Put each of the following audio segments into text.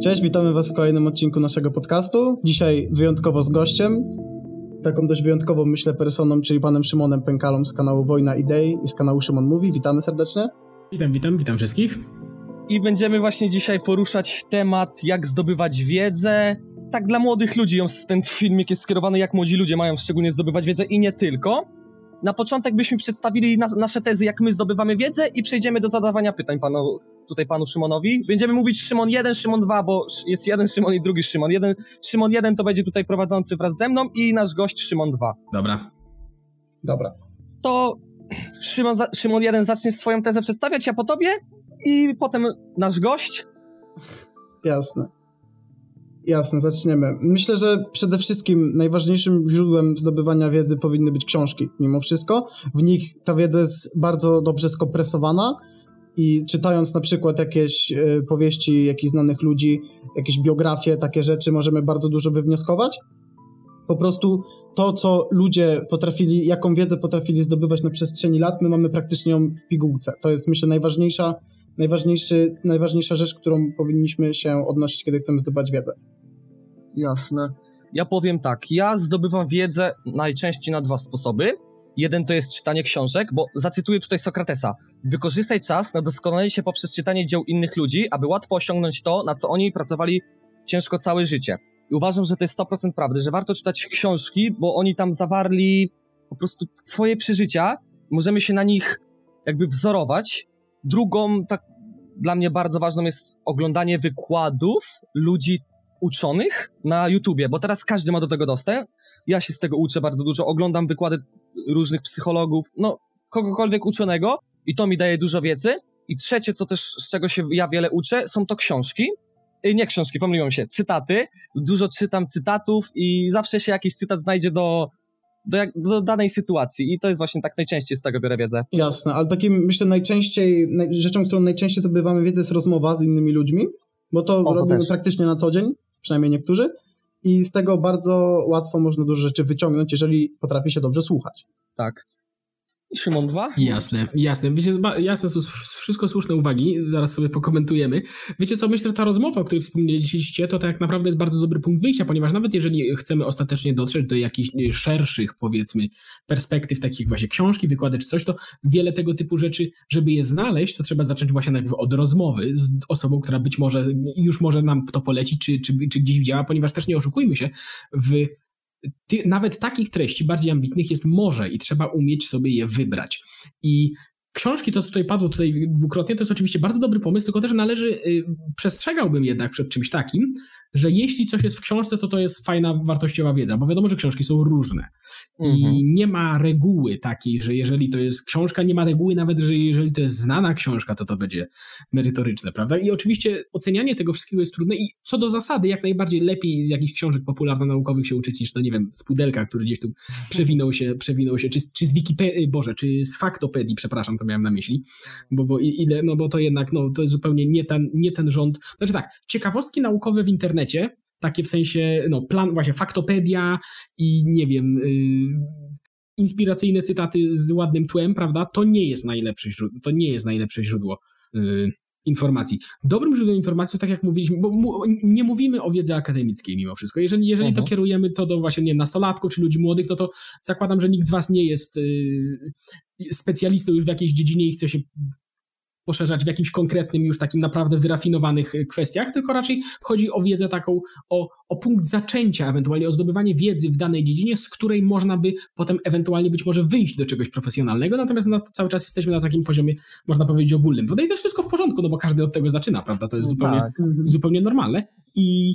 Cześć, witamy Was w kolejnym odcinku naszego podcastu. Dzisiaj wyjątkowo z gościem, taką dość wyjątkową, myślę, personą, czyli panem Szymonem Pękalą z kanału Wojna Idei i z kanału Szymon Mówi. Witamy serdecznie. Witam wszystkich. I będziemy właśnie dzisiaj poruszać temat, jak zdobywać wiedzę. Tak dla młodych ludzi, ten filmik jest skierowany, jak młodzi ludzie mają szczególnie zdobywać wiedzę i nie tylko. Na początek byśmy przedstawili nasze tezy, jak my zdobywamy wiedzę i przejdziemy do zadawania pytań panu Szymonowi. Będziemy mówić Szymon 1, Szymon 2, bo jest jeden Szymon i drugi Szymon. Szymon 1 to będzie tutaj prowadzący wraz ze mną i nasz gość Szymon 2. Dobra. To Szymon 1 zacznie swoją tezę przedstawiać, ja po tobie i potem nasz gość. Jasne, zaczniemy. Myślę, że przede wszystkim najważniejszym źródłem zdobywania wiedzy powinny być książki, mimo wszystko. W nich ta wiedza jest bardzo dobrze skompresowana i czytając na przykład jakieś powieści jakichś znanych ludzi, jakieś biografie, takie rzeczy, możemy bardzo dużo wywnioskować. Po prostu to, co ludzie potrafili, jaką wiedzę potrafili zdobywać na przestrzeni lat, my mamy praktycznie ją w pigułce. To jest, myślę, najważniejsza rzecz, którą powinniśmy się odnosić, kiedy chcemy zdobywać wiedzę. Jasne. Ja powiem tak, ja zdobywam wiedzę najczęściej na dwa sposoby. Jeden to jest czytanie książek, bo zacytuję tutaj Sokratesa. Wykorzystaj czas na doskonalenie się poprzez czytanie dzieł innych ludzi, aby łatwo osiągnąć to, na co oni pracowali ciężko całe życie. I uważam, że to jest 100% prawdy, że warto czytać książki, bo oni tam zawarli po prostu swoje przeżycia. Możemy się na nich jakby wzorować. Drugą, tak dla mnie bardzo ważną jest oglądanie wykładów ludzi uczonych na YouTubie, bo teraz każdy ma do tego dostęp. Ja się z tego uczę bardzo dużo, oglądam wykłady różnych psychologów, kogokolwiek uczonego i to mi daje dużo wiedzy. I trzecie, co też z czego się ja wiele uczę, są to książki. Nie książki, pomyliłem się, cytaty. Dużo czytam cytatów i zawsze się jakiś cytat znajdzie do danej sytuacji i to jest właśnie tak najczęściej z tego biorę wiedzę. Jasne, ale takim myślę rzeczą, którą najczęściej zdobywamy wiedzę jest rozmowa z innymi ludźmi, bo to robimy praktycznie na co dzień, przynajmniej niektórzy, i z tego bardzo łatwo można dużo rzeczy wyciągnąć, jeżeli potrafi się dobrze słuchać. Tak. I Szymon 2? Jasne. Wiecie, jasne, są wszystko słuszne uwagi, zaraz sobie pokomentujemy. Wiecie co, myślę, że ta rozmowa, o której wspomnieliście, to tak naprawdę jest bardzo dobry punkt wyjścia, ponieważ nawet jeżeli chcemy ostatecznie dotrzeć do jakichś szerszych, powiedzmy, perspektyw, takich właśnie książki, wykłady czy coś, to wiele tego typu rzeczy, żeby je znaleźć, to trzeba zacząć właśnie najpierw od rozmowy z osobą, która być może już może nam to polecić, czy gdzieś widziała, ponieważ też nie oszukujmy się, nawet takich treści bardziej ambitnych jest morze i trzeba umieć sobie je wybrać. I książki, to co tutaj padło dwukrotnie, to jest oczywiście bardzo dobry pomysł, tylko też przestrzegałbym jednak przed czymś takim, że jeśli coś jest w książce, to jest fajna, wartościowa wiedza, bo wiadomo, że książki są różne. I nie ma reguły takiej, że jeżeli to jest książka, nie ma reguły nawet, że jeżeli to jest znana książka, to będzie merytoryczne, prawda? I oczywiście ocenianie tego wszystkiego jest trudne i co do zasady, jak najbardziej lepiej z jakichś książek popularno-naukowych się uczyć niż, z Pudelka, który gdzieś tu przewinął się, czy z Wikipedii, czy z Faktopedii, przepraszam, to miałem na myśli, bo to jednak, to jest zupełnie nie ten rząd. Znaczy tak, ciekawostki naukowe w internecie, takie w sensie, plan, właśnie Faktopedia i nie wiem, inspiracyjne cytaty z ładnym tłem, prawda? To nie jest najlepsze źródło informacji. Dobrym źródłem informacji, tak jak mówiliśmy, bo nie mówimy o wiedzy akademickiej mimo wszystko. Jeżeli to kierujemy to do właśnie, nie wiem, nastolatków czy ludzi młodych, to zakładam, że nikt z was nie jest specjalistą już w jakiejś dziedzinie i chce się poszerzać w jakimś konkretnym, już takim naprawdę wyrafinowanych kwestiach, tylko raczej chodzi o wiedzę taką, o punkt zaczęcia, ewentualnie o zdobywanie wiedzy w danej dziedzinie, z której można by potem ewentualnie być może wyjść do czegoś profesjonalnego, natomiast cały czas jesteśmy na takim poziomie, można powiedzieć, ogólnym. Prawda? I to jest wszystko w porządku, bo każdy od tego zaczyna, prawda? To jest zupełnie normalne i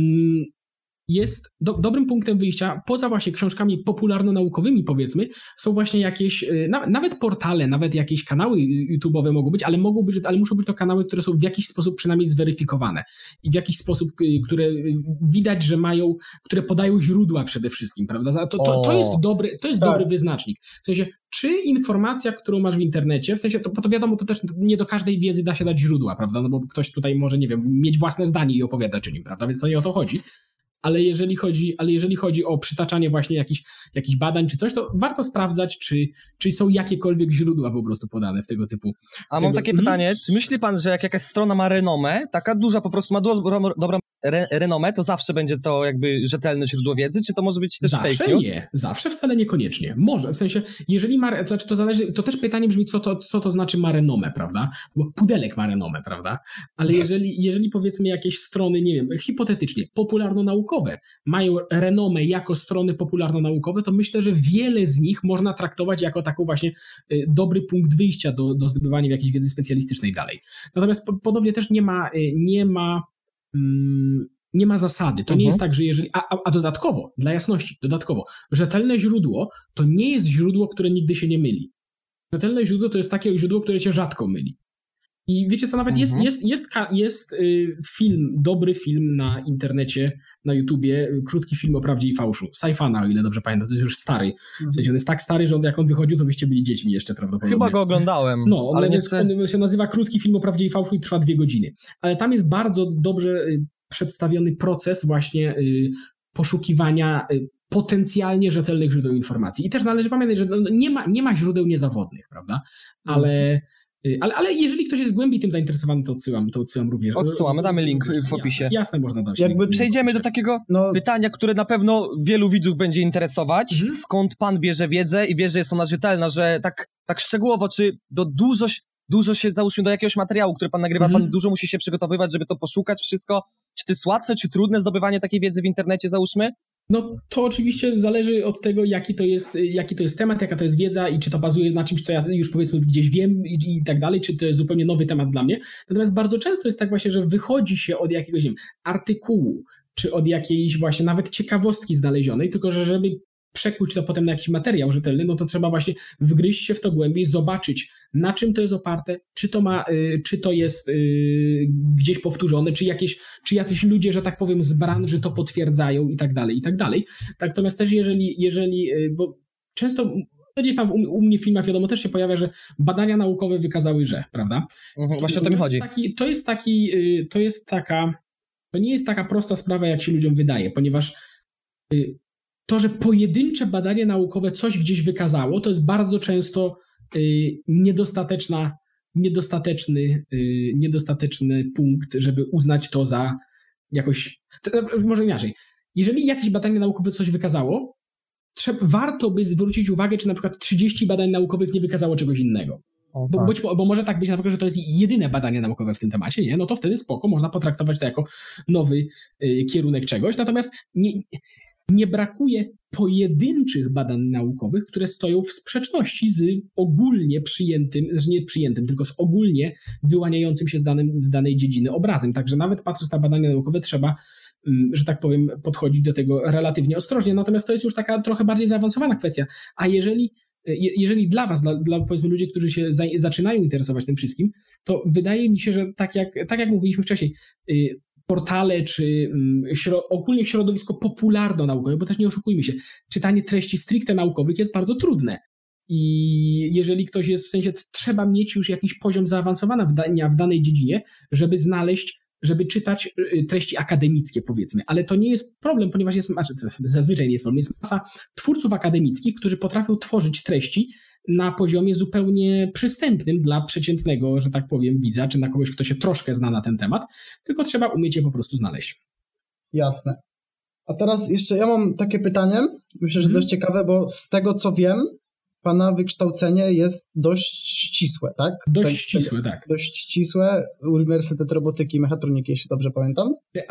jest dobrym punktem wyjścia, poza właśnie książkami popularno-naukowymi, powiedzmy, są właśnie jakieś, nawet portale, nawet jakieś kanały YouTube'owe mogą być, ale muszą być to kanały, które są w jakiś sposób przynajmniej zweryfikowane i w jakiś sposób, które widać, że które podają źródła przede wszystkim, prawda? To jest dobry wyznacznik. W sensie, czy informacja, którą masz w internecie, w sensie, to wiadomo, to też nie do każdej wiedzy da się dać źródła, prawda? Bo ktoś tutaj może, nie wiem, mieć własne zdanie i opowiadać o nim, prawda? Więc to nie o to chodzi. ale jeżeli chodzi o przytaczanie właśnie jakichś badań czy coś, to warto sprawdzać, czy są jakiekolwiek źródła po prostu podane w tego typu. Mam takie pytanie, czy myśli pan, że jak jakaś strona ma renomę, taka duża po prostu ma dobrą renomę, to zawsze będzie to jakby rzetelne źródło wiedzy, czy to może być też zawsze fake news? Nie, zawsze wcale niekoniecznie. Może, w sensie, jeżeli ma, znaczy to zależy, to też pytanie brzmi, co to znaczy ma renomę, prawda? Bo pudelek ma renomę, prawda? Ale jeżeli powiedzmy jakieś strony, nie wiem, hipotetycznie, popularno-naukowe mają renomę jako strony popularno-naukowe, to myślę, że wiele z nich można traktować jako taką właśnie dobry punkt wyjścia do zdobywania jakiejś wiedzy specjalistycznej dalej. Natomiast podobnie też nie ma zasady. To nie jest tak, że jeżeli... A dodatkowo, dla jasności, rzetelne źródło to nie jest źródło, które nigdy się nie myli. Rzetelne źródło to jest takie źródło, które się rzadko myli. I wiecie co, nawet jest film, dobry film na internecie, na YouTubie, krótki film o prawdzie i fałszu. Sci-Fana, o ile dobrze pamiętam, to jest już stary. On jest tak stary, że jak on wychodził, to wyście byli dziećmi jeszcze prawdopodobnie. Chyba go oglądałem. No, ale on się nazywa Krótki film o prawdzie i fałszu i trwa 2 godziny. Ale tam jest bardzo dobrze przedstawiony proces właśnie poszukiwania potencjalnie rzetelnych źródeł informacji. I też należy pamiętać, że nie ma źródeł niezawodnych, prawda? Ale jeżeli ktoś jest głębiej tym zainteresowany, to odsyłam również. Odsyłamy, damy link w opisie. Jasne, można dać. Przejdziemy do takiego pytania, które na pewno wielu widzów będzie interesować. Skąd pan bierze wiedzę i wie, że jest ona rzetelna, że tak szczegółowo, czy dużo się, załóżmy, do jakiegoś materiału, który pan nagrywa, pan dużo musi się przygotowywać, żeby to poszukać wszystko? Czy to jest łatwe, czy trudne zdobywanie takiej wiedzy w internecie, załóżmy? No to oczywiście zależy od tego, jaki to jest temat, jaka to jest wiedza i czy to bazuje na czymś, co ja już powiedzmy gdzieś wiem i tak dalej, czy to jest zupełnie nowy temat dla mnie. Natomiast bardzo często jest tak właśnie, że wychodzi się od jakiegoś, nie wiem, artykułu, czy od jakiejś właśnie nawet ciekawostki znalezionej, tylko że żeby przekuć to potem na jakiś materiał rzetelny, no to trzeba właśnie wgryźć się w to głębiej, zobaczyć, na czym to jest oparte, czy to jest gdzieś powtórzone, czy jacyś ludzie, że tak powiem, z branży to potwierdzają i tak dalej, i tak dalej. Natomiast też bo często gdzieś tam u mnie w filmach wiadomo też się pojawia, że badania naukowe wykazały, że, prawda? Właśnie o to mi chodzi. To nie jest taka prosta sprawa, jak się ludziom wydaje, ponieważ to, że pojedyncze badanie naukowe coś gdzieś wykazało, to jest bardzo często niedostateczny punkt, żeby uznać to za jakoś... Może inaczej. Jeżeli jakieś badanie naukowe coś wykazało, warto by zwrócić uwagę, czy na przykład 30 badań naukowych nie wykazało czegoś innego. Bo może tak być na przykład, że to jest jedyne badanie naukowe w tym temacie, nie? No to wtedy spoko, można potraktować to jako nowy kierunek czegoś. Natomiast nie brakuje pojedynczych badań naukowych, które stoją w sprzeczności z ogólnie przyjętym, nie przyjętym, tylko z ogólnie wyłaniającym się z danej dziedziny obrazem. Także nawet patrząc na badania naukowe trzeba, że tak powiem, podchodzić do tego relatywnie ostrożnie. Natomiast to jest już taka trochę bardziej zaawansowana kwestia. A jeżeli dla was, dla powiedzmy ludzi, którzy się zaczynają interesować tym wszystkim, to wydaje mi się, że tak jak mówiliśmy wcześniej, portale, czy ogólnie środowisko popularno-naukowe, bo też nie oszukujmy się, czytanie treści stricte naukowych jest bardzo trudne. I jeżeli ktoś jest, w sensie trzeba mieć już jakiś poziom zaawansowania w danej dziedzinie, żeby czytać treści akademickie, powiedzmy. Ale to nie jest problem, ponieważ zazwyczaj nie jest problem. Jest masa twórców akademickich, którzy potrafią tworzyć treści na poziomie zupełnie przystępnym dla przeciętnego, że tak powiem, widza, czy na kogoś, kto się troszkę zna na ten temat, tylko trzeba umieć je po prostu znaleźć. Jasne. A teraz jeszcze ja mam takie pytanie, myślę, że dość ciekawe, bo z tego co wiem, pana wykształcenie jest dość ścisłe, tak? Dość ścisłe, tak. Dość ścisłe. Uniwersytet Robotyki i Mechatroniki, jeśli dobrze pamiętam.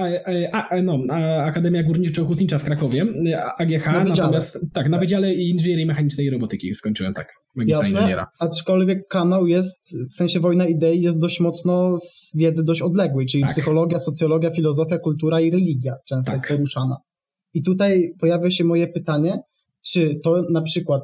Akademia Górniczo-Hutnicza w Krakowie, AGH, natomiast na Wydziale Inżynierii Mechanicznej i Robotyki skończyłem, tak. Jasne, aczkolwiek kanał jest, w sensie Wojna Idei jest dość mocno z wiedzy dość odległej, czyli psychologia, socjologia, filozofia, kultura i religia często jest poruszana. I tutaj pojawia się moje pytanie, czy to na przykład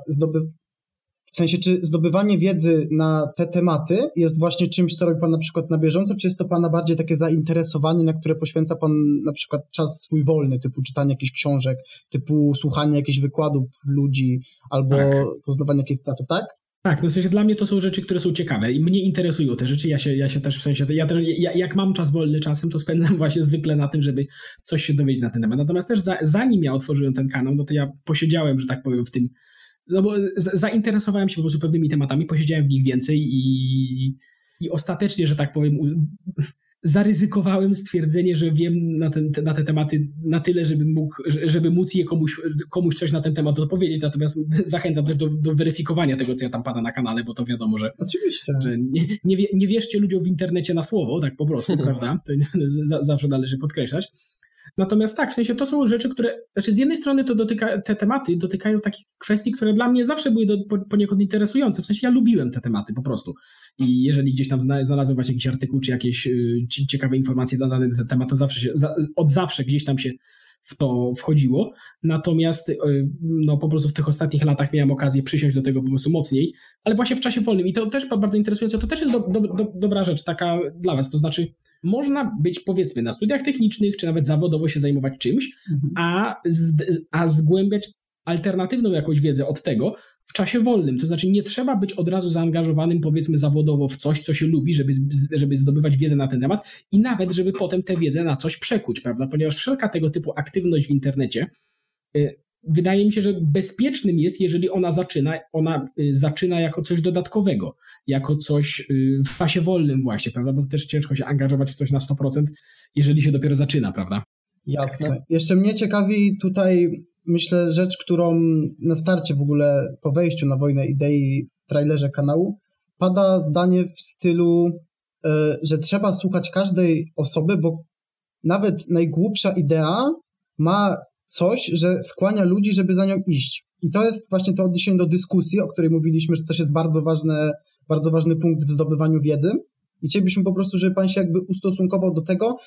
czy zdobywanie wiedzy na te tematy jest właśnie czymś, co robi pan na przykład na bieżąco, czy jest to pana bardziej takie zainteresowanie, na które poświęca pan na przykład czas swój wolny, typu czytanie jakichś książek, typu słuchanie jakichś wykładów ludzi, albo poznawanie jakichś statów, tak? Tak, no w sensie dla mnie to są rzeczy, które są ciekawe i mnie interesują te rzeczy, ja się też w sensie, jak mam czas wolny czasem, to spędzam właśnie zwykle na tym, żeby coś się dowiedzieć na ten temat. Natomiast też zanim ja otworzyłem ten kanał, no to ja posiedziałem, że tak powiem, w tym, no bo zainteresowałem się po prostu pewnymi tematami, posiedziałem w nich więcej i ostatecznie, że tak powiem, zaryzykowałem stwierdzenie, że wiem na te tematy na tyle, żeby móc je komuś coś na ten temat odpowiedzieć, natomiast zachęcam też do weryfikowania tego, co ja tam pada na kanale, bo to wiadomo, że, Oczywiście. że nie wierzcie ludziom w internecie na słowo, tak po prostu, prawda? To zawsze należy podkreślać. Natomiast tak, w sensie to są rzeczy, które, znaczy z jednej strony to te tematy dotykają takich kwestii, które dla mnie zawsze były poniekąd interesujące, w sensie ja lubiłem te tematy po prostu i jeżeli gdzieś tam znalazłem właśnie jakiś artykuł czy jakieś ciekawe informacje na dany temat, to od zawsze gdzieś tam się w to wchodziło, natomiast no po prostu w tych ostatnich latach miałem okazję przysiąść do tego po prostu mocniej, ale właśnie w czasie wolnym i to też bardzo interesujące, to też jest dobra rzecz taka dla was, to znaczy można być powiedzmy na studiach technicznych, czy nawet zawodowo się zajmować czymś, a zgłębiać alternatywną jakąś wiedzę od tego w czasie wolnym, to znaczy nie trzeba być od razu zaangażowanym powiedzmy zawodowo w coś, co się lubi, żeby zdobywać wiedzę na ten temat i nawet, żeby potem tę wiedzę na coś przekuć, prawda, ponieważ wszelka tego typu aktywność w internecie wydaje mi się, że bezpiecznym jest, jeżeli ona zaczyna jako coś dodatkowego, jako coś w czasie wolnym właśnie, prawda, bo to też ciężko się angażować w coś na 100%, jeżeli się dopiero zaczyna, prawda? Jasne. Jeszcze mnie ciekawi tutaj, myślę, rzecz, którą na starcie w ogóle po wejściu na Wojnę Idei w trailerze kanału pada zdanie w stylu, że trzeba słuchać każdej osoby, bo nawet najgłupsza idea ma coś, że skłania ludzi, żeby za nią iść. I to jest właśnie to odniesienie do dyskusji, o której mówiliśmy, że to też jest bardzo ważny punkt w zdobywaniu wiedzy. I chcielibyśmy po prostu, żeby pan się jakby ustosunkował do tego,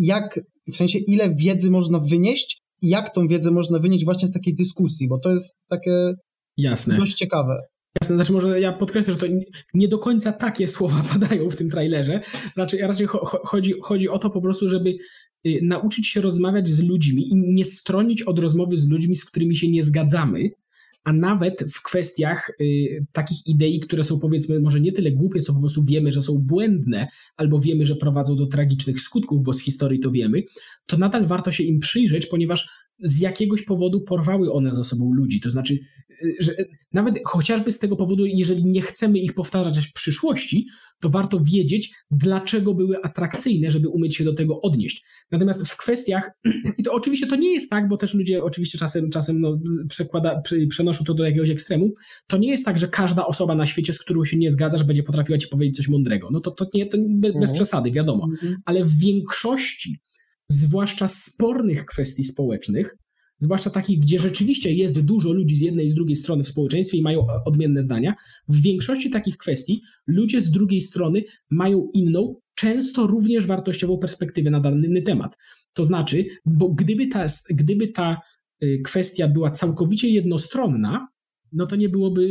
w sensie ile wiedzy można wynieść i jak tą wiedzę można wynieść właśnie z takiej dyskusji, bo to jest takie dość ciekawe. Jasne, znaczy może ja podkreślę, że to nie do końca takie słowa padają w tym trailerze. Raczej chodzi o to po prostu, żeby nauczyć się rozmawiać z ludźmi i nie stronić od rozmowy z ludźmi, z którymi się nie zgadzamy, a nawet w kwestiach takich idei, które są powiedzmy może nie tyle głupie, co po prostu wiemy, że są błędne, albo wiemy, że prowadzą do tragicznych skutków, bo z historii to wiemy, to nadal warto się im przyjrzeć, ponieważ z jakiegoś powodu porwały one ze sobą ludzi. To znaczy, że nawet chociażby z tego powodu, jeżeli nie chcemy ich powtarzać w przyszłości, to warto wiedzieć, dlaczego były atrakcyjne, żeby umieć się do tego odnieść. Natomiast w kwestiach, i to oczywiście to nie jest tak, bo też ludzie oczywiście czasem przenoszą to do jakiegoś ekstremu, to nie jest tak, że każda osoba na świecie, z którą się nie zgadzasz, będzie potrafiła ci powiedzieć coś mądrego. No to bez przesady, wiadomo. Ale w większości, zwłaszcza spornych kwestii społecznych, zwłaszcza takich, gdzie rzeczywiście jest dużo ludzi z jednej i z drugiej strony w społeczeństwie i mają odmienne zdania, w większości takich kwestii ludzie z drugiej strony mają inną, często również wartościową perspektywę na dany temat. To znaczy, bo gdyby ta kwestia była całkowicie jednostronna, nie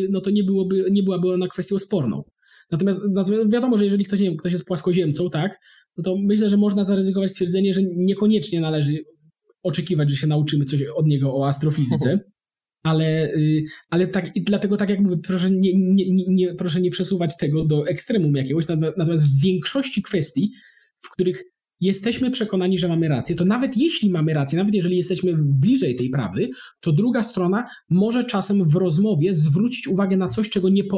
byłaby ona kwestią sporną. Natomiast wiadomo, że jeżeli ktoś jest płaskoziemcą, tak, no to myślę, że można zaryzykować stwierdzenie, że niekoniecznie należy oczekiwać, że się nauczymy coś od niego o astrofizyce, ale tak, i dlatego tak jak mówię, proszę nie przesuwać tego do ekstremum jakiegoś, natomiast w większości kwestii, w których jesteśmy przekonani, że mamy rację, to nawet jeśli mamy rację, nawet jeżeli jesteśmy bliżej tej prawdy, to druga strona może czasem w rozmowie zwrócić uwagę na coś,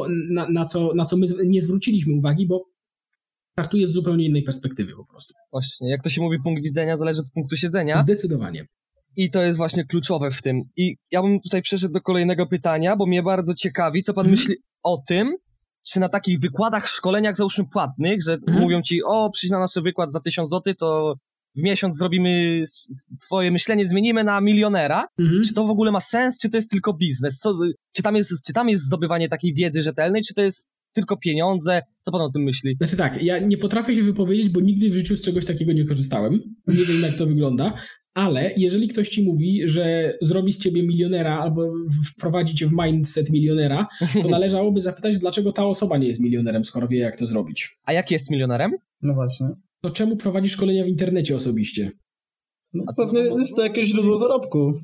na co my nie zwróciliśmy uwagi, bo startuje z zupełnie innej perspektywy po prostu. Właśnie, jak to się mówi, punkt widzenia zależy od punktu siedzenia. Zdecydowanie. I to jest właśnie kluczowe w tym. I ja bym tutaj przeszedł do kolejnego pytania, bo mnie bardzo ciekawi, co pan myśli o tym, czy na takich wykładach, szkoleniach załóżmy płatnych, że mówią ci, przyjdź na nasz wykład za 1000 zł, to w miesiąc zrobimy twoje myślenie, zmienimy na milionera. Czy to w ogóle ma sens, czy to jest tylko biznes? Czy tam jest zdobywanie takiej wiedzy rzetelnej, czy to jest tylko pieniądze? Co pan o tym myśli? Znaczy tak, ja nie potrafię się wypowiedzieć, bo nigdy w życiu z czegoś takiego nie korzystałem. Nie wiem, jak to wygląda, ale jeżeli ktoś ci mówi, że zrobi z ciebie milionera albo wprowadzi cię w mindset milionera, to należałoby zapytać, dlaczego ta osoba nie jest milionerem, skoro wie, jak to zrobić. A jak jest milionerem? No właśnie. To czemu prowadzi szkolenia w internecie osobiście? No pewnie jest to jakieś źródło zarobku.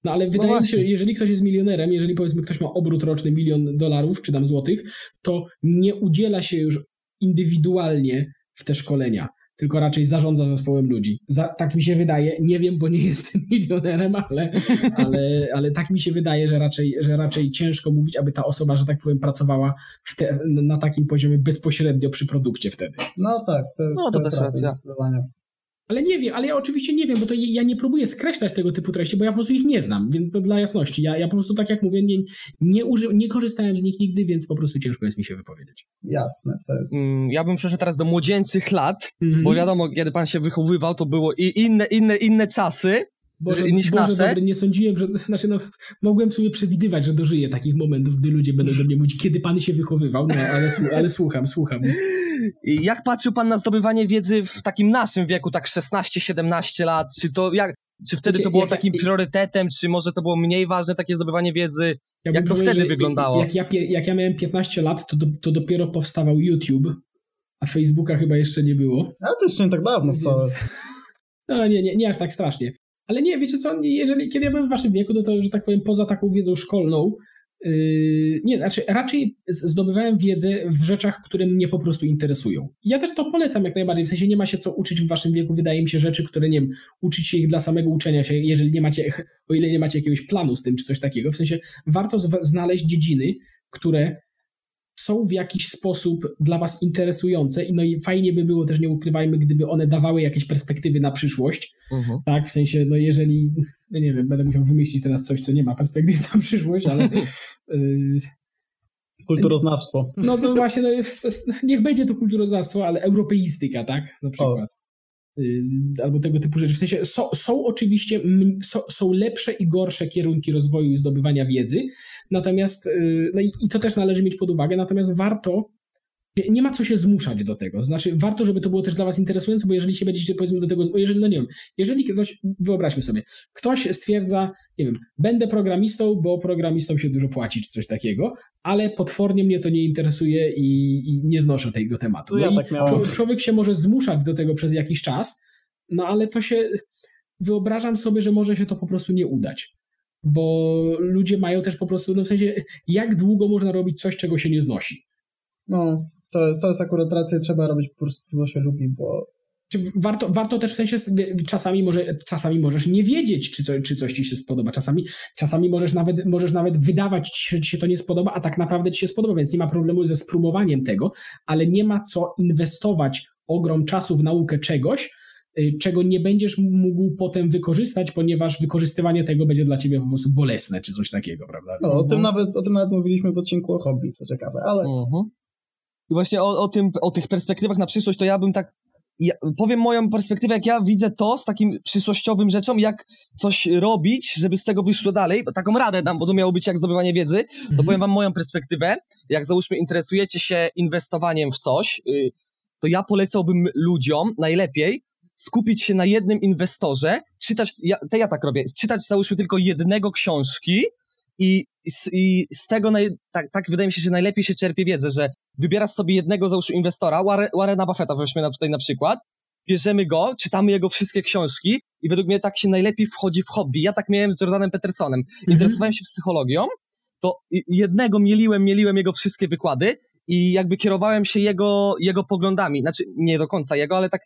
No ale wydaje mi się, jeżeli ktoś jest milionerem, jeżeli powiedzmy ktoś ma obrót roczny $1 000 000 czy tam złotych, to nie udziela się już indywidualnie w te szkolenia, tylko raczej zarządza zespołem ludzi. Tak mi się wydaje, nie wiem, bo nie jestem milionerem, ale tak mi się wydaje, że raczej ciężko mówić, aby ta osoba, że tak powiem, pracowała na takim poziomie bezpośrednio przy produkcie wtedy. No tak, to też racja. Ale nie wiem, ale ja oczywiście nie wiem, bo to ja nie próbuję skreślać tego typu treści, bo ja po prostu ich nie znam, więc to dla jasności. Ja po prostu, tak jak mówię, nie korzystałem z nich nigdy, więc po prostu ciężko jest mi się wypowiedzieć. Jasne, to jest... Ja bym przeszedł teraz do młodzieńczych lat, bo wiadomo, kiedy pan się wychowywał, to było i inne czasy niż nasze. Dobry, nie sądziłem, że... mogłem sobie przewidywać, że dożyję takich momentów, gdy ludzie będą do mnie mówić, kiedy pan się wychowywał, no ale słucham. I jak patrzył pan na zdobywanie wiedzy w takim naszym wieku, tak 16-17 lat? Czy wtedy to było takim priorytetem, czy może to było mniej ważne, takie zdobywanie wiedzy? Jak to wtedy wyglądało? Jak ja miałem 15 lat, to dopiero powstawał YouTube, a Facebooka chyba jeszcze nie było. A to jeszcze nie tak dawno wcale. No nie aż tak strasznie. Ale nie, wiecie co, kiedy ja byłem w waszym wieku, no to, że tak powiem, poza taką wiedzą szkolną, raczej zdobywałem wiedzę w rzeczach, które mnie po prostu interesują. Ja też to polecam jak najbardziej, w sensie nie ma się co uczyć w waszym wieku, wydaje mi się, rzeczy, które, nie wiem, uczyć się ich dla samego uczenia się, o ile nie macie jakiegoś planu z tym, czy coś takiego, w sensie warto znaleźć dziedziny, które są w jakiś sposób dla was interesujące no i fajnie by było też, nie ukrywajmy, gdyby one dawały jakieś perspektywy na przyszłość, tak, w sensie, no jeżeli, no nie wiem, będę musiał wymyślić teraz coś, co nie ma perspektywy na przyszłość, ale... Kulturoznawstwo. No to właśnie, niech będzie to kulturoznawstwo, ale europeistyka, tak, na przykład. Albo tego typu rzeczy. W sensie są oczywiście są lepsze i gorsze kierunki rozwoju i zdobywania wiedzy, natomiast no i to też należy mieć pod uwagę, natomiast nie ma co się zmuszać do tego. Znaczy warto, żeby to było też dla was interesujące, bo jeżeli się będziecie, powiedzmy, do tego, jeżeli ktoś, wyobraźmy sobie, ktoś stwierdza, nie wiem, będę programistą, bo programistom się dużo płaci, czy coś takiego, ale potwornie mnie to nie interesuje i nie znoszę tego tematu. Ja tak miałem. Człowiek się może zmuszać do tego przez jakiś czas, no ale to się, wyobrażam sobie, że może się to po prostu nie udać. Bo ludzie mają też po prostu, no w sensie, jak długo można robić coś, czego się nie znosi? No, to jest akurat racja, trzeba robić po prostu, co się lubi, bo... Warto też w sensie, czasami możesz nie wiedzieć, czy coś ci się spodoba, czasami możesz nawet wydawać, że ci się to nie spodoba, a tak naprawdę ci się spodoba, więc nie ma problemu ze spróbowaniem tego, ale nie ma co inwestować ogrom czasu w naukę czegoś, czego nie będziesz mógł potem wykorzystać, ponieważ wykorzystywanie tego będzie dla ciebie po prostu bolesne, czy coś takiego, prawda? No, o tym nawet mówiliśmy w odcinku o hobby, co ciekawe, ale... I właśnie o tych perspektywach na przyszłość, to ja bym tak... powiem moją perspektywę, jak ja widzę to z takim przyszłościowym rzeczą, jak coś robić, żeby z tego wyszło dalej, bo taką radę dam, bo to miało być jak zdobywanie wiedzy, to powiem wam moją perspektywę. Jak załóżmy interesujecie się inwestowaniem w coś, to ja polecałbym ludziom najlepiej skupić się na jednym inwestorze, ja tak robię, czytać załóżmy tylko jednego książki i z tego tak wydaje mi się, że najlepiej się czerpie wiedzę, że wybierasz sobie jednego załóżmy inwestora, Warrena Buffetta weźmy tutaj na przykład, bierzemy go, czytamy jego wszystkie książki i według mnie tak się najlepiej wchodzi w hobby. Ja tak miałem z Jordanem Petersonem. Interesowałem się psychologią, to jednego mieliłem jego wszystkie wykłady i jakby kierowałem się jego poglądami. Znaczy nie do końca jego, ale tak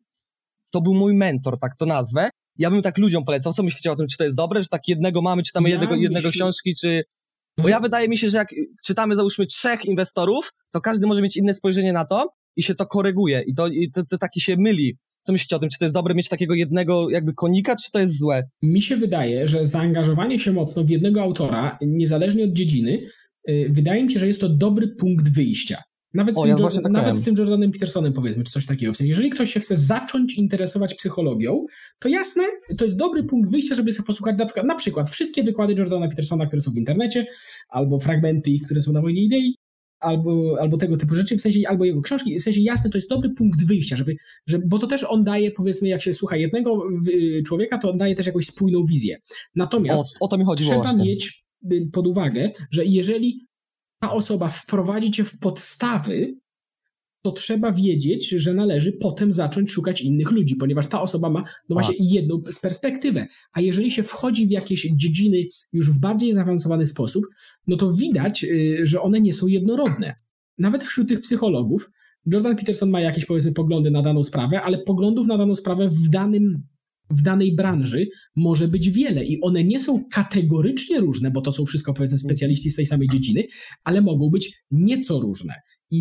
to był mój mentor, tak to nazwę. Ja bym tak ludziom polecał. Co myślicie o tym, czy to jest dobre, że tak jednego mamy, czytamy jednego książki, czy... Bo ja wydaje mi się, że jak czytamy załóżmy 3 inwestorów, to każdy może mieć inne spojrzenie na to i się to koryguje i to taki się myli. Co myślicie o tym? Czy to jest dobre mieć takiego jednego jakby konika, czy to jest złe? Mi się wydaje, że zaangażowanie się mocno w jednego autora, niezależnie od dziedziny, wydaje mi się, że jest to dobry punkt wyjścia. Nawet z tym Jordanem Petersonem, powiedzmy, czy coś takiego. W sensie, jeżeli ktoś się chce zacząć interesować psychologią, to jasne, to jest dobry punkt wyjścia, żeby sobie posłuchać na przykład wszystkie wykłady Jordana Petersona, które są w internecie, albo fragmenty ich, które są na Wojnie Idei, albo tego typu rzeczy, w sensie, albo jego książki, w sensie jasne, to jest dobry punkt wyjścia, bo to też on daje, powiedzmy, jak się słucha jednego człowieka, to on daje też jakąś spójną wizję. Natomiast o to mi chodziło trzeba właśnie. mieć pod uwagę, że jeżeli ta osoba wprowadzi cię w podstawy, to trzeba wiedzieć, że należy potem zacząć szukać innych ludzi, ponieważ ta osoba ma właśnie jedną perspektywę. A jeżeli się wchodzi w jakieś dziedziny już w bardziej zaawansowany sposób, no to widać, że one nie są jednorodne. Nawet wśród tych psychologów Jordan Peterson ma jakieś, powiedzmy, poglądy na daną sprawę, ale poglądów na daną sprawę w danej branży może być wiele i one nie są kategorycznie różne, bo to są wszystko, powiedzmy, specjaliści z tej samej dziedziny, ale mogą być nieco różne. I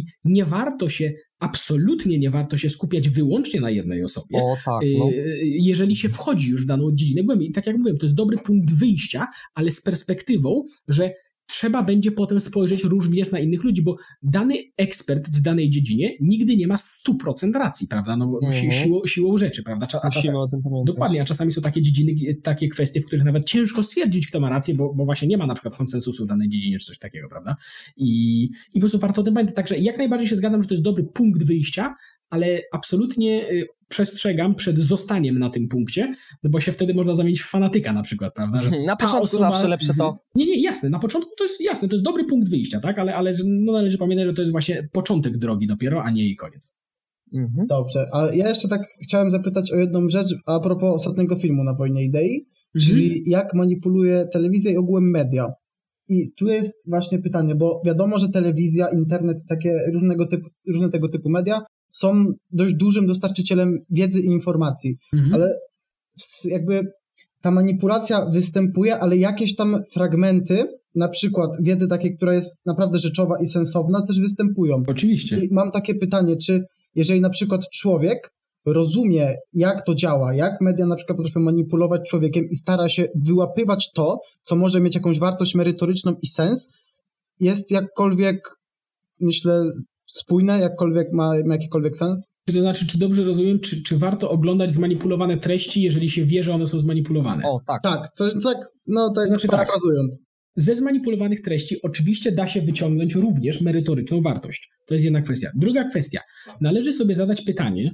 absolutnie nie warto się skupiać wyłącznie na jednej osobie, jeżeli się wchodzi już w daną dziedzinę głębiej. I tak jak mówiłem, to jest dobry punkt wyjścia, ale z perspektywą, że trzeba będzie potem spojrzeć również na innych ludzi, bo dany ekspert w danej dziedzinie nigdy nie ma 100% racji, prawda? No, siłą rzeczy, prawda? Musimy o tym pamiętać. Dokładnie, a czasami są takie dziedziny, takie kwestie, w których nawet ciężko stwierdzić, kto ma rację, bo właśnie nie ma na przykład konsensusu w danej dziedzinie, czy coś takiego, prawda? I po prostu warto o tym pamiętać. Także jak najbardziej się zgadzam, że to jest dobry punkt wyjścia, ale absolutnie przestrzegam przed zostaniem na tym punkcie, no bo się wtedy można zamienić w fanatyka na przykład, prawda? Że na początku zawsze lepsze to. Nie, jasne, na początku to jest jasne, to jest dobry punkt wyjścia, tak? Ale należy pamiętać, że to jest właśnie początek drogi dopiero, a nie jej koniec. Dobrze, a ja jeszcze tak chciałem zapytać o jedną rzecz a propos ostatniego filmu Na wojnie idei, czyli jak manipuluje telewizja i ogółem media. I tu jest właśnie pytanie, bo wiadomo, że telewizja, internet, takie różne tego typu media są dość dużym dostarczycielem wiedzy i informacji, ale jakby ta manipulacja występuje, ale jakieś tam fragmenty, na przykład wiedzy takiej, która jest naprawdę rzeczowa i sensowna, też występują. Oczywiście. I mam takie pytanie, czy jeżeli na przykład człowiek rozumie, jak to działa, jak media na przykład potrafią manipulować człowiekiem i stara się wyłapywać to, co może mieć jakąś wartość merytoryczną i sens, jest jakkolwiek, myślę, spójne, jakkolwiek ma jakikolwiek sens? To znaczy, czy dobrze rozumiem, czy warto oglądać zmanipulowane treści, jeżeli się wie, że one są zmanipulowane? O, tak. Tak, znaczy, parafrazując. Ze zmanipulowanych treści oczywiście da się wyciągnąć również merytoryczną wartość. To jest jedna kwestia. Druga kwestia. Należy sobie zadać pytanie,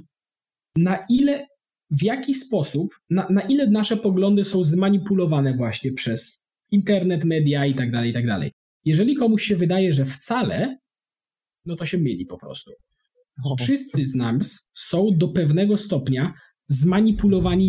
w jaki sposób, na ile nasze poglądy są zmanipulowane właśnie przez internet, media i tak dalej. Jeżeli komuś się wydaje, że wcale, no to się myli po prostu. Wszyscy z nas są do pewnego stopnia zmanipulowani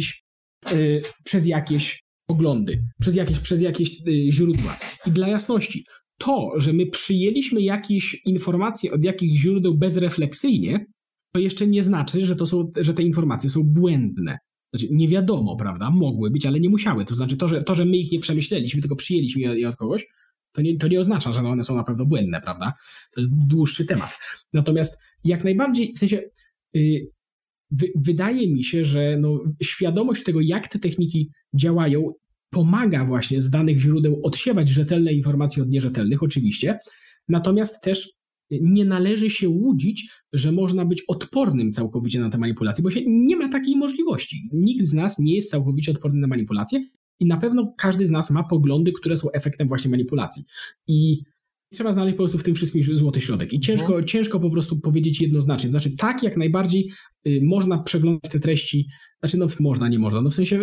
przez jakieś poglądy, przez jakieś źródła. I dla jasności, to, że my przyjęliśmy jakieś informacje od jakichś źródeł bezrefleksyjnie, to jeszcze nie znaczy, że te informacje są błędne. Znaczy, nie wiadomo, prawda? Mogły być, ale nie musiały. To znaczy, to, że my ich nie przemyśleliśmy, tylko przyjęliśmy je od kogoś, to nie oznacza, że one są na pewno błędne, prawda? To jest dłuższy temat. Natomiast jak najbardziej, w sensie wydaje mi się, że świadomość tego, jak te techniki działają, pomaga właśnie z danych źródeł odsiewać rzetelne informacje od nierzetelnych, oczywiście. Natomiast też nie należy się łudzić, że można być odpornym całkowicie na te manipulacje, bo się nie ma takiej możliwości. Nikt z nas nie jest całkowicie odporny na manipulacje i na pewno każdy z nas ma poglądy, które są efektem właśnie manipulacji. I trzeba znaleźć po prostu w tym wszystkim złoty środek. I ciężko po prostu powiedzieć jednoznacznie. Znaczy tak, jak najbardziej można przeglądać te treści, można, nie można. W sensie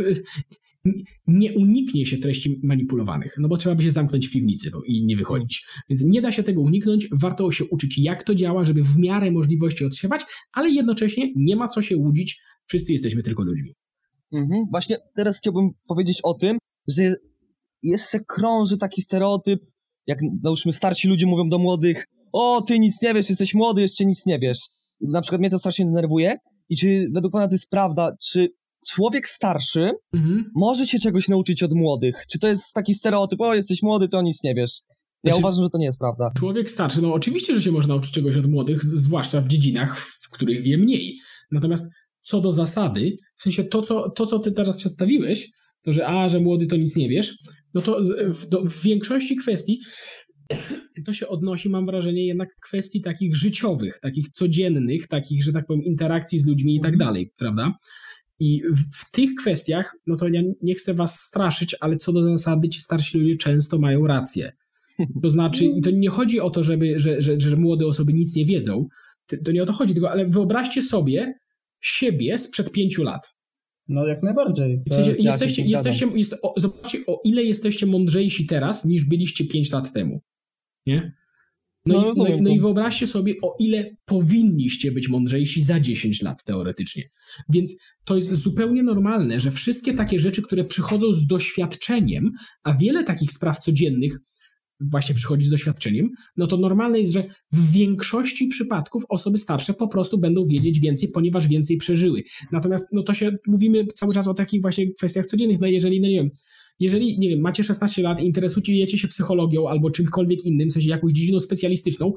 nie uniknie się treści manipulowanych, bo trzeba by się zamknąć w piwnicy i nie wychodzić. Więc nie da się tego uniknąć, warto się uczyć, jak to działa, żeby w miarę możliwości odsiewać, ale jednocześnie nie ma co się łudzić, wszyscy jesteśmy tylko ludźmi. Właśnie teraz chciałbym powiedzieć o tym, że jeszcze krąży taki stereotyp, jak załóżmy starsi ludzie mówią do młodych: o, ty nic nie wiesz, jesteś młody, jeszcze nic nie wiesz. Na przykład mnie to strasznie denerwuje. I czy według pana to jest prawda, czy człowiek starszy może się czegoś nauczyć od młodych? Czy to jest taki stereotyp: o, jesteś młody, to nic nie wiesz? Ja uważam, że to nie jest prawda. Człowiek starszy, oczywiście, że się można nauczyć czegoś od młodych, zwłaszcza w dziedzinach, w których wie mniej. Natomiast co do zasady, w sensie to, co ty teraz przedstawiłeś, to, że młody to nic nie wiesz, no to w większości kwestii to się odnosi, mam wrażenie, jednak kwestii takich życiowych, takich codziennych, takich, że tak powiem, interakcji z ludźmi i tak dalej, prawda? I w tych kwestiach, no to ja nie chcę was straszyć, ale co do zasady ci starsi ludzie często mają rację. To znaczy, to nie chodzi o to, że młode osoby nic nie wiedzą, to nie o to chodzi, tylko ale wyobraźcie sobie siebie sprzed 5 lat. No jak najbardziej. W sensie zobaczcie, o ile jesteście mądrzejsi teraz, niż byliście 5 lat temu. Nie? rozumiem No to. i wyobraźcie sobie, o ile powinniście być mądrzejsi za 10 lat teoretycznie. Więc to jest zupełnie normalne, że wszystkie takie rzeczy, które przychodzą z doświadczeniem, a wiele takich spraw codziennych właśnie przychodzi z doświadczeniem, no to normalne jest, że w większości przypadków osoby starsze po prostu będą wiedzieć więcej, ponieważ więcej przeżyły. Natomiast no to się mówimy cały czas o takich właśnie kwestiach codziennych, no jeżeli, no nie wiem, jeżeli, nie wiem, macie 16 lat i interesujecie się psychologią albo czymkolwiek innym, w sensie jakąś dziedziną specjalistyczną,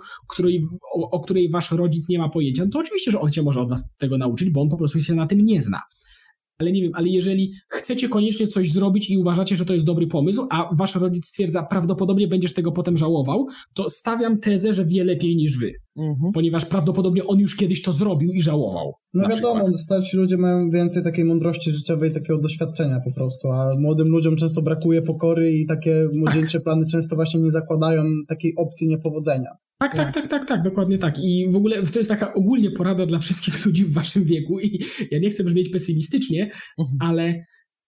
o której wasz rodzic nie ma pojęcia, no to oczywiście, że on cię może od was tego nauczyć, bo on po prostu się na tym nie zna. Ale nie wiem, ale jeżeli chcecie koniecznie coś zrobić i uważacie, że to jest dobry pomysł, a wasz rodzic stwierdza, prawdopodobnie będziesz tego potem żałował, to stawiam tezę, że wie lepiej niż wy. Ponieważ prawdopodobnie on już kiedyś to zrobił i żałował. No wiadomo, starsi ludzie mają więcej takiej mądrości życiowej, takiego doświadczenia po prostu, a młodym ludziom często brakuje pokory i takie młodzieńcze plany często właśnie nie zakładają takiej opcji niepowodzenia. Tak, dokładnie tak. I w ogóle to jest taka ogólnie porada dla wszystkich ludzi w waszym wieku i ja nie chcę brzmieć pesymistycznie, ale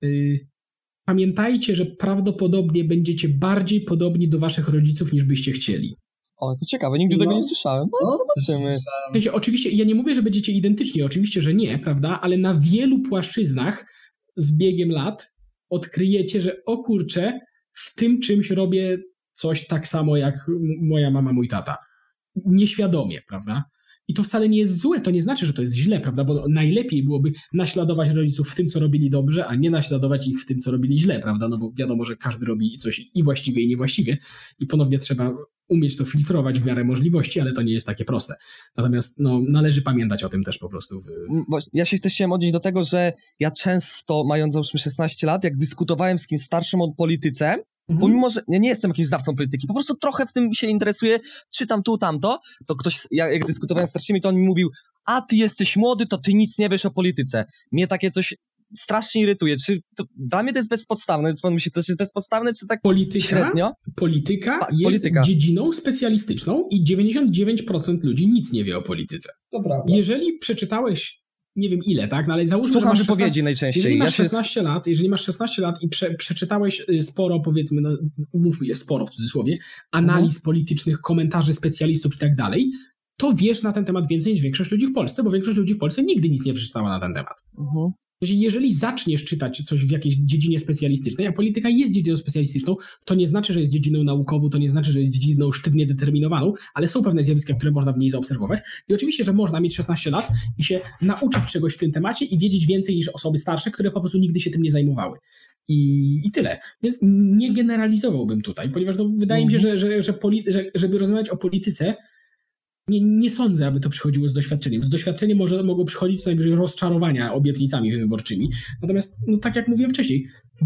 pamiętajcie, że prawdopodobnie będziecie bardziej podobni do waszych rodziców niż byście chcieli. O, to ciekawe, nigdy tego nie słyszałem. No, zobaczymy. W sensie, oczywiście, ja nie mówię, że będziecie identyczni, oczywiście, że nie, prawda, ale na wielu płaszczyznach z biegiem lat odkryjecie, że o kurczę, w tym czymś robię coś tak samo jak moja mama, mój tata. Nieświadomie, prawda? I to wcale nie jest złe, to nie znaczy, że to jest źle, prawda? Bo najlepiej byłoby naśladować rodziców w tym, co robili dobrze, a nie naśladować ich w tym, co robili źle, prawda? No bo wiadomo, że każdy robi coś i właściwie, i niewłaściwie i ponownie trzeba umieć to filtrować w miarę możliwości, ale to nie jest takie proste. Natomiast no, należy pamiętać o tym też po prostu. Ja się też chciałem odnieść do tego, że ja często, mając załóżmy 16 lat, jak dyskutowałem z kimś starszym o polityce, pomimo, że ja nie jestem jakimś znawcą polityki, po prostu trochę w tym się interesuję, czytam tu, tamto, to ktoś, jak dyskutowałem z starszymi, to on mi mówił, a ty jesteś młody, to ty nic nie wiesz o polityce. Mnie takie coś strasznie irytuje. Czy to, dla mnie to jest bezpodstawne? Czy pan myśli, to jest bezpodstawne, czy tak średnio? Polityka jest dziedziną specjalistyczną i 99% ludzi nic nie wie o polityce. To prawda. Jeżeli przeczytałeś, nie wiem ile, tak? No ale załóżmy, Słucham że masz wypowiedzi najczęściej. Jeżeli masz 16 lat i przeczytałeś sporo, powiedzmy, no umówmy się, sporo w cudzysłowie, analiz politycznych, komentarzy specjalistów i tak dalej, to wiesz na ten temat więcej niż większość ludzi w Polsce, bo większość ludzi w Polsce nigdy nic nie przeczytała na ten temat. Jeżeli zaczniesz czytać coś w jakiejś dziedzinie specjalistycznej, a polityka jest dziedziną specjalistyczną, to nie znaczy, że jest dziedziną naukową, to nie znaczy, że jest dziedziną sztywnie determinowaną, ale są pewne zjawiska, które można w niej zaobserwować. I oczywiście, że można mieć 16 lat i się nauczyć czegoś w tym temacie i wiedzieć więcej niż osoby starsze, które po prostu nigdy się tym nie zajmowały. I tyle. Więc nie generalizowałbym tutaj, ponieważ no, wydaje mi się, że żeby rozmawiać o polityce, nie sądzę, aby to przychodziło z doświadczeniem. Z doświadczeniem mogą przychodzić co najwyżej rozczarowania obietnicami wyborczymi. Natomiast, no tak jak mówiłem wcześniej,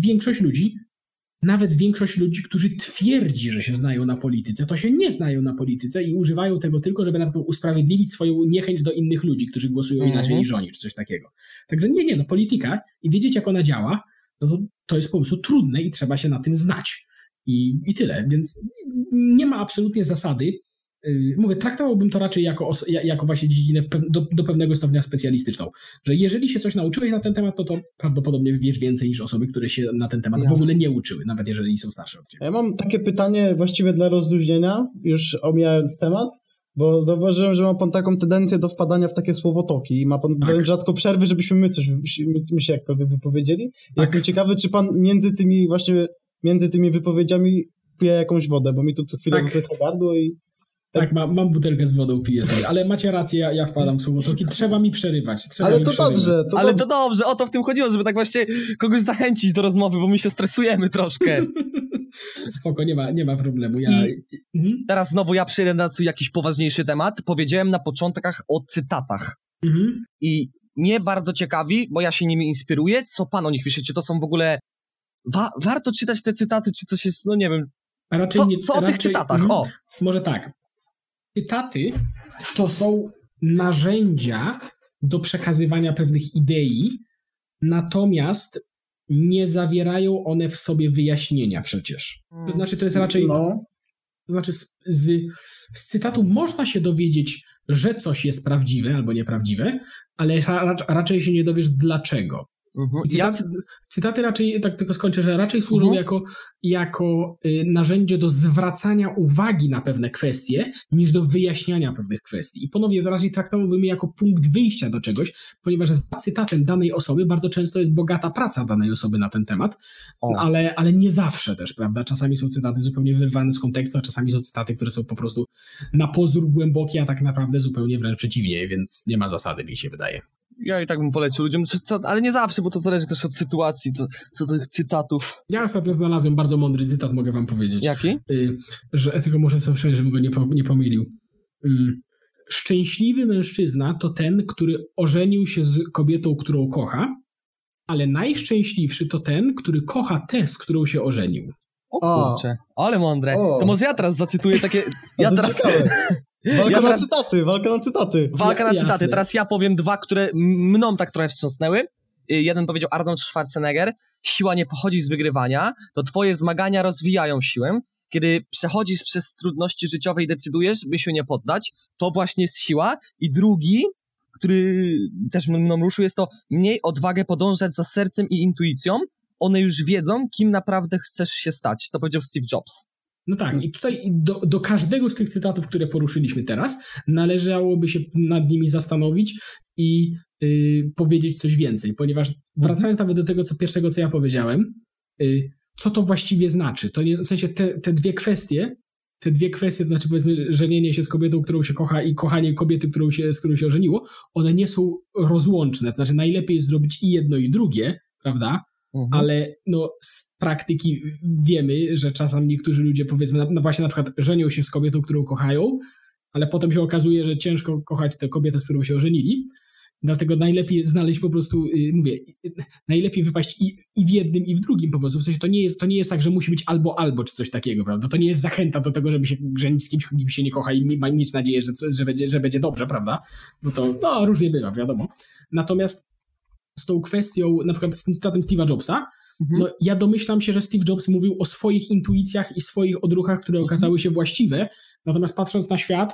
nawet większość ludzi, którzy twierdzi, że się znają na polityce, to się nie znają na polityce i używają tego tylko, żeby na przykład usprawiedliwić swoją niechęć do innych ludzi, którzy głosują inaczej niż oni, czy coś takiego. Także no polityka i wiedzieć, jak ona działa, no to jest po prostu trudne i trzeba się na tym znać. I tyle. Więc nie ma absolutnie zasady. Mówię, traktowałbym to raczej jako właśnie dziedzinę do pewnego stopnia specjalistyczną, że jeżeli się coś nauczyłeś na ten temat, to prawdopodobnie wiesz więcej niż osoby, które się na ten temat w ogóle nie uczyły, nawet jeżeli są starsze od ciebie. Ja mam takie pytanie właściwie dla rozluźnienia, już omijając temat, bo zauważyłem, że ma pan taką tendencję do wpadania w takie słowotoki i ma pan wręcz rzadko przerwy, żebyśmy my się jakkolwiek wypowiedzieli. Jestem ciekawy, czy pan między tymi wypowiedziami pije jakąś wodę, bo mi tu co chwilę zasycha gardło i... Tak, mam butelkę z wodą, piję sobie, ale macie rację, ja wpadam w słowotoki, trzeba mi przerywać. To dobrze, o to w tym chodziło, żeby tak właśnie kogoś zachęcić do rozmowy, bo my się stresujemy troszkę. Spoko, nie ma problemu. Teraz znowu ja przejdę na jakiś poważniejszy temat. Powiedziałem na początkach o cytatach. I mnie bardzo ciekawi, bo ja się nimi inspiruję, co pan o nich pisze, czy to są w ogóle... warto czytać te cytaty, czy coś jest, no nie wiem... Co o tych cytatach? Może tak. Cytaty to są narzędzia do przekazywania pewnych idei, natomiast nie zawierają one w sobie wyjaśnienia przecież. To znaczy, to jest raczej... To znaczy, z cytatu można się dowiedzieć, że coś jest prawdziwe albo nieprawdziwe, ale raczej się nie dowiesz dlaczego. Cytaty raczej, tak tylko skończę, że raczej służą jako narzędzie do zwracania uwagi na pewne kwestie, niż do wyjaśniania pewnych kwestii. I ponownie raczej traktowałbym je jako punkt wyjścia do czegoś, ponieważ za cytatem danej osoby bardzo często jest bogata praca danej osoby na ten temat, ale nie zawsze też, prawda? Czasami są cytaty zupełnie wyrwane z kontekstu, a czasami są cytaty, które są po prostu na pozór głębokie, a tak naprawdę zupełnie wręcz przeciwnie, więc nie ma zasady, mi się wydaje. Ja i tak bym polecił ludziom, ale nie zawsze, bo to zależy też od sytuacji, co do tych cytatów. Ja ostatnio znalazłem bardzo mądry cytat, mogę wam powiedzieć. Jaki? Że tylko muszę sobie przypomnieć, żebym go nie pomylił. Szczęśliwy mężczyzna to ten, który ożenił się z kobietą, którą kocha, ale najszczęśliwszy to ten, który kocha tę, z którą się ożenił. O kurczę, ale mądre. To może ja teraz zacytuję takie... Walka na cytaty. Walka na cytaty. Teraz ja powiem dwa, które mną tak trochę wstrząsnęły. Jeden powiedział Arnold Schwarzenegger: siła nie pochodzi z wygrywania, to twoje zmagania rozwijają siłę. Kiedy przechodzisz przez trudności życiowe i decydujesz, by się nie poddać, to właśnie jest siła. I drugi, który też mną ruszył, jest to: miej odwagę podążać za sercem i intuicją. One już wiedzą, kim naprawdę chcesz się stać. To powiedział Steve Jobs. No tak, i tutaj do każdego z tych cytatów, które poruszyliśmy teraz, należałoby się nad nimi zastanowić i powiedzieć coś więcej, ponieważ wracając nawet do tego pierwszego, co ja powiedziałem, co to właściwie znaczy? To nie, w sensie te dwie kwestie, to znaczy powiedzmy żenienie się z kobietą, którą się kocha, i kochanie kobiety, z którą się ożeniło, one nie są rozłączne, to znaczy najlepiej jest zrobić i jedno, i drugie, prawda? Ale z praktyki wiemy, że czasem niektórzy ludzie, powiedzmy, właśnie na przykład żenią się z kobietą, którą kochają, ale potem się okazuje, że ciężko kochać tę kobietę, z którą się ożenili. Dlatego najlepiej znaleźć po prostu, najlepiej wypaść i w jednym, i w drugim po prostu. W sensie to nie jest tak, że musi być albo, czy coś takiego, prawda? To nie jest zachęta do tego, żeby się żenić z kimś, kim się nie kocha i mieć nadzieję, że będzie dobrze, prawda? Bo to różnie bywa, wiadomo. Natomiast z tą kwestią, na przykład z tym cytatem Steve'a Jobsa, ja domyślam się, że Steve Jobs mówił o swoich intuicjach i swoich odruchach, które okazały się właściwe, natomiast patrząc na świat,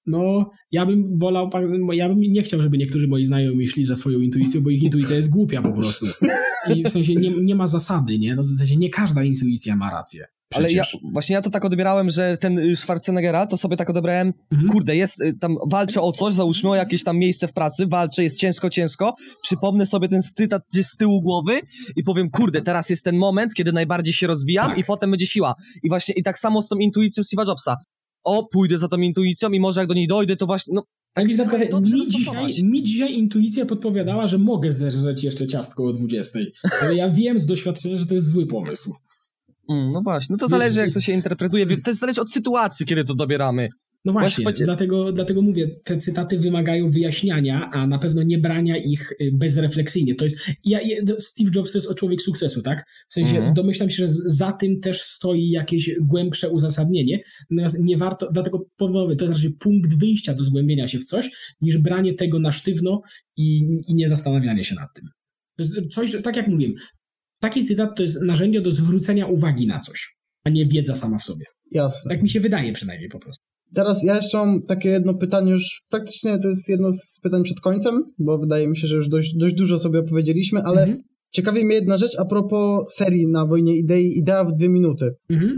ja bym nie chciał, żeby niektórzy moi znajomi szli za swoją intuicją, bo ich intuicja jest głupia po prostu. I w sensie nie ma zasady, nie? W sensie nie każda intuicja ma rację. Przecież. Ale ja to tak odbierałem, że ten Schwarzeneggera, to sobie tak odebrałem, kurde, jest tam, walczę o coś, załóżmy o jakieś tam miejsce w pracy, walczę, jest ciężko, przypomnę sobie ten cytat gdzieś z tyłu głowy i powiem, kurde, teraz jest ten moment, kiedy najbardziej się rozwijam, i potem będzie siła. I właśnie, i tak samo z tą intuicją Steve'a Jobsa. Pójdę za tą intuicją i może jak do niej dojdę, to właśnie, mi dzisiaj intuicja podpowiadała, że mogę zeżreć jeszcze ciastko o 20, ale ja wiem z doświadczenia, że to jest zły pomysł. No właśnie, to zależy, jak to się interpretuje. To zależy od sytuacji, kiedy to dobieramy. No właśnie, dlatego mówię, te cytaty wymagają wyjaśniania, a na pewno nie brania ich bezrefleksyjnie. To jest, Steve Jobs to jest człowiek sukcesu, tak? W sensie domyślam się, że za tym też stoi jakieś głębsze uzasadnienie, natomiast nie warto, dlatego ponownie, to jest raczej punkt wyjścia do zgłębienia się w coś, niż branie tego na sztywno i nie zastanawianie się nad tym. To jest coś, tak jak mówiłem, taki cytat to jest narzędzie do zwrócenia uwagi na coś, a nie wiedza sama w sobie. Jasne. Tak mi się wydaje przynajmniej po prostu. Teraz ja jeszcze mam takie jedno pytanie, już praktycznie to jest jedno z pytań przed końcem, bo wydaje mi się, że już dość dużo sobie opowiedzieliśmy, ale ciekawi mnie jedna rzecz a propos serii Na wojnie idei, Idea w 2 minuty.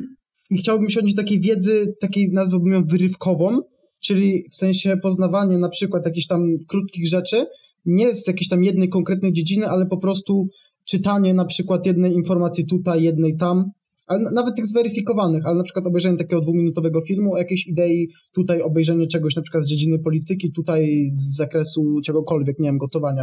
I chciałbym się odnieść do takiej wiedzy, takiej nazwałbym ją wyrywkową, czyli w sensie poznawanie na przykład jakichś tam krótkich rzeczy, nie z jakiejś tam jednej konkretnej dziedziny, ale po prostu czytanie na przykład jednej informacji tutaj, jednej tam, ale nawet tych zweryfikowanych, ale na przykład obejrzenie takiego 2-minutowego filmu o jakiejś idei, tutaj obejrzenie czegoś na przykład z dziedziny polityki, tutaj z zakresu czegokolwiek, nie wiem, gotowania.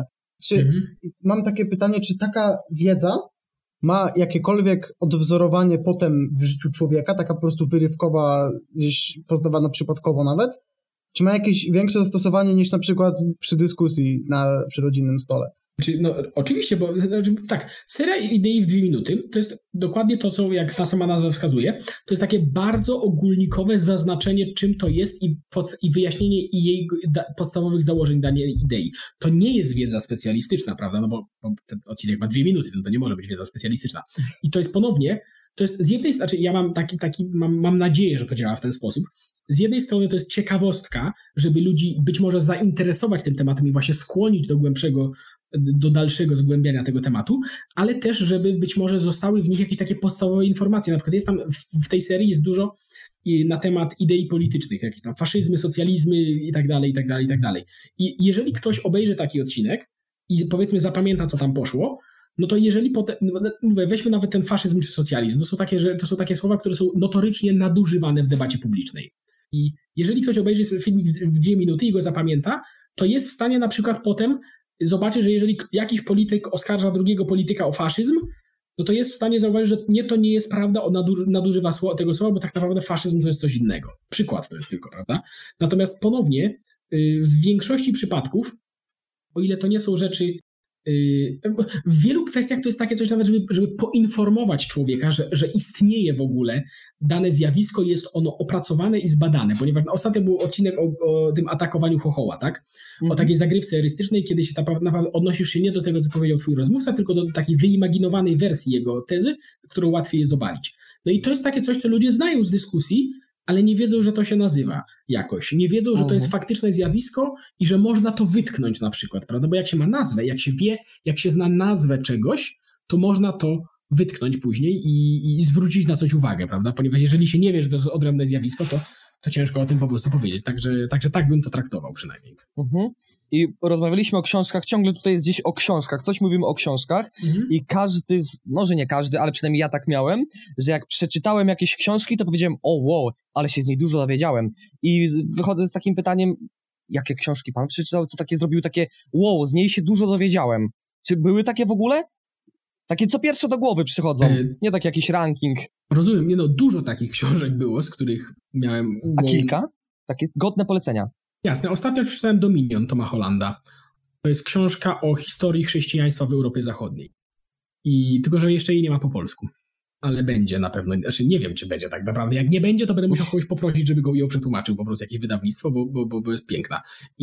Mam takie pytanie, czy taka wiedza ma jakiekolwiek odwzorowanie potem w życiu człowieka, taka po prostu wyrywkowa, gdzieś poznawana przypadkowo nawet? Czy ma jakieś większe zastosowanie niż na przykład przy dyskusji przy rodzinnym stole? Oczywiście, bo tak, seria idei w 2 minuty to jest dokładnie to, co jak ta sama nazwa wskazuje, to jest takie bardzo ogólnikowe zaznaczenie, czym to jest i wyjaśnienie jej podstawowych założeń danej idei. To nie jest wiedza specjalistyczna, prawda, no bo ten odcinek ma 2 minuty, no to nie może być wiedza specjalistyczna. I to jest ponownie, to jest z jednej strony, ja mam mam nadzieję, że to działa w ten sposób. Z jednej strony to jest ciekawostka, żeby ludzi być może zainteresować tym tematem i właśnie skłonić do głębszego do dalszego zgłębiania tego tematu, ale też, żeby być może zostały w nich jakieś takie podstawowe informacje. Na przykład jest tam w tej serii jest dużo na temat idei politycznych, jakieś tam faszyzmy, socjalizmy i tak dalej, i tak dalej, i tak dalej. I jeżeli ktoś obejrzy taki odcinek i powiedzmy zapamięta, co tam poszło, no to jeżeli potem, weźmy nawet ten faszyzm czy socjalizm, to są takie słowa, które są notorycznie nadużywane w debacie publicznej. I jeżeli ktoś obejrzy filmik w 2 minuty i go zapamięta, to jest w stanie na przykład potem zobaczyć, że jeżeli jakiś polityk oskarża drugiego polityka o faszyzm, no to jest w stanie zauważyć, że to nie jest prawda, on nadużywa tego słowa, bo tak naprawdę faszyzm to jest coś innego. Przykład to jest tylko, prawda? Natomiast ponownie w większości przypadków, o ile to nie są rzeczy, w wielu kwestiach to jest takie coś nawet, żeby poinformować człowieka, że istnieje w ogóle dane zjawisko, jest ono opracowane i zbadane, ponieważ ostatnio był odcinek o tym atakowaniu chochoła, tak? O takiej zagrywce erystycznej, kiedy się naprawdę odnosisz się nie do tego, co powiedział twój rozmówca, tylko do takiej wyimaginowanej wersji jego tezy, którą łatwiej jest obalić. No i to jest takie coś, co ludzie znają z dyskusji, ale nie wiedzą, że to się nazywa jakoś. Nie wiedzą, że to jest faktyczne zjawisko i że można to wytknąć na przykład, prawda? Bo jak się ma nazwę, jak się wie, jak się zna nazwę czegoś, to można to wytknąć później i zwrócić na coś uwagę, prawda? Ponieważ jeżeli się nie wie, że to jest odrębne zjawisko, to ciężko o tym po prostu powiedzieć. Także tak bym to traktował przynajmniej. I rozmawialiśmy o książkach, ciągle tutaj jest gdzieś o książkach, coś mówimy o książkach i każdy, może nie każdy, ale przynajmniej ja tak miałem, że jak przeczytałem jakieś książki, to powiedziałem, o wow, ale się z niej dużo dowiedziałem. I wychodzę z takim pytaniem, jakie książki pan przeczytał, co takie zrobił, takie wow, z niej się dużo dowiedziałem. Czy były takie w ogóle? Takie co pierwsze do głowy przychodzą, nie tak jakiś ranking. Rozumiem, dużo takich książek było, z których miałem... A kilka? Takie godne polecenia. Jasne. Ostatnio przeczytałem Dominion Toma Hollanda. To jest książka o historii chrześcijaństwa w Europie Zachodniej. Tylko że jeszcze jej nie ma po polsku. Ale będzie na pewno. Znaczy nie wiem, czy będzie tak naprawdę. Jak nie będzie, to będę musiał kogoś poprosić, żeby ją przetłumaczył, po prostu jakieś wydawnictwo, bo jest piękna.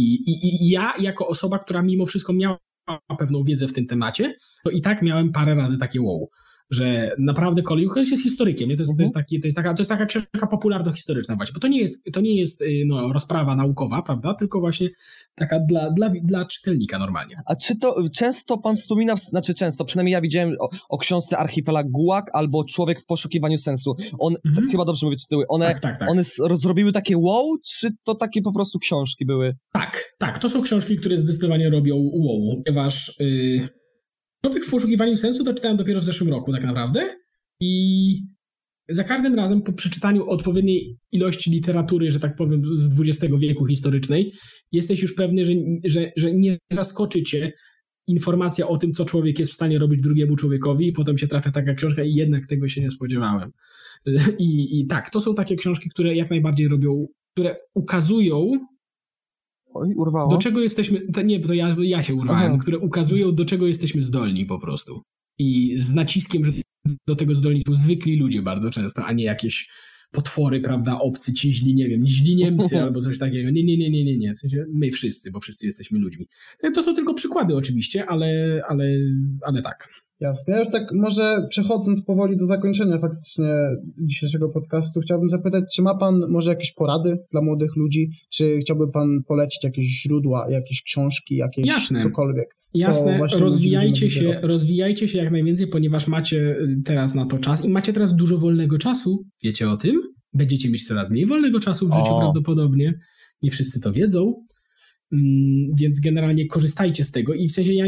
I ja, jako osoba, która mimo wszystko miała pewną wiedzę w tym temacie, to i tak miałem parę razy takie wow, że naprawdę Kolejuch jest historykiem, nie? To jest taka książka popularno-historyczna właśnie, bo to nie jest rozprawa naukowa, prawda, tylko właśnie taka dla czytelnika normalnie. A czy to często pan wspomina, przynajmniej ja widziałem o książce Archipelag Gułag albo Człowiek w poszukiwaniu sensu. Chyba dobrze mówię tytuły. Tak. One zrobiły takie wow, czy to takie po prostu książki były? Tak, to są książki, które zdecydowanie robią wow, ponieważ Człowiek w poszukiwaniu sensu to czytałem dopiero w zeszłym roku tak naprawdę i za każdym razem po przeczytaniu odpowiedniej ilości literatury, że tak powiem, z XX wieku historycznej, jesteś już pewny, że nie zaskoczy cię informacja o tym, co człowiek jest w stanie robić drugiemu człowiekowi i potem się trafia taka książka i jednak tego się nie spodziewałem. I tak, to są takie książki, które jak najbardziej robią, które ukazują urwało. Do czego jesteśmy... To ja się urwałem. Które ukazują, do czego jesteśmy zdolni po prostu. I z naciskiem, że do tego zdolni są zwykli ludzie bardzo często, a nie jakieś potwory, prawda, obcy, ci źli Niemcy albo coś takiego. Nie. W sensie my wszyscy, bo wszyscy jesteśmy ludźmi. To są tylko przykłady oczywiście, ale tak. Jasne. Ja już tak może przechodząc powoli do zakończenia faktycznie dzisiejszego podcastu, chciałbym zapytać, czy ma pan może jakieś porady dla młodych ludzi? Czy chciałby pan polecić jakieś źródła, jakieś książki, jakieś cokolwiek? Jasne, rozwijajcie się jak najwięcej, ponieważ macie teraz na to czas i macie teraz dużo wolnego czasu. Wiecie o tym? Będziecie mieć coraz mniej wolnego czasu w życiu prawdopodobnie. Nie wszyscy to wiedzą. Więc generalnie korzystajcie z tego i w sensie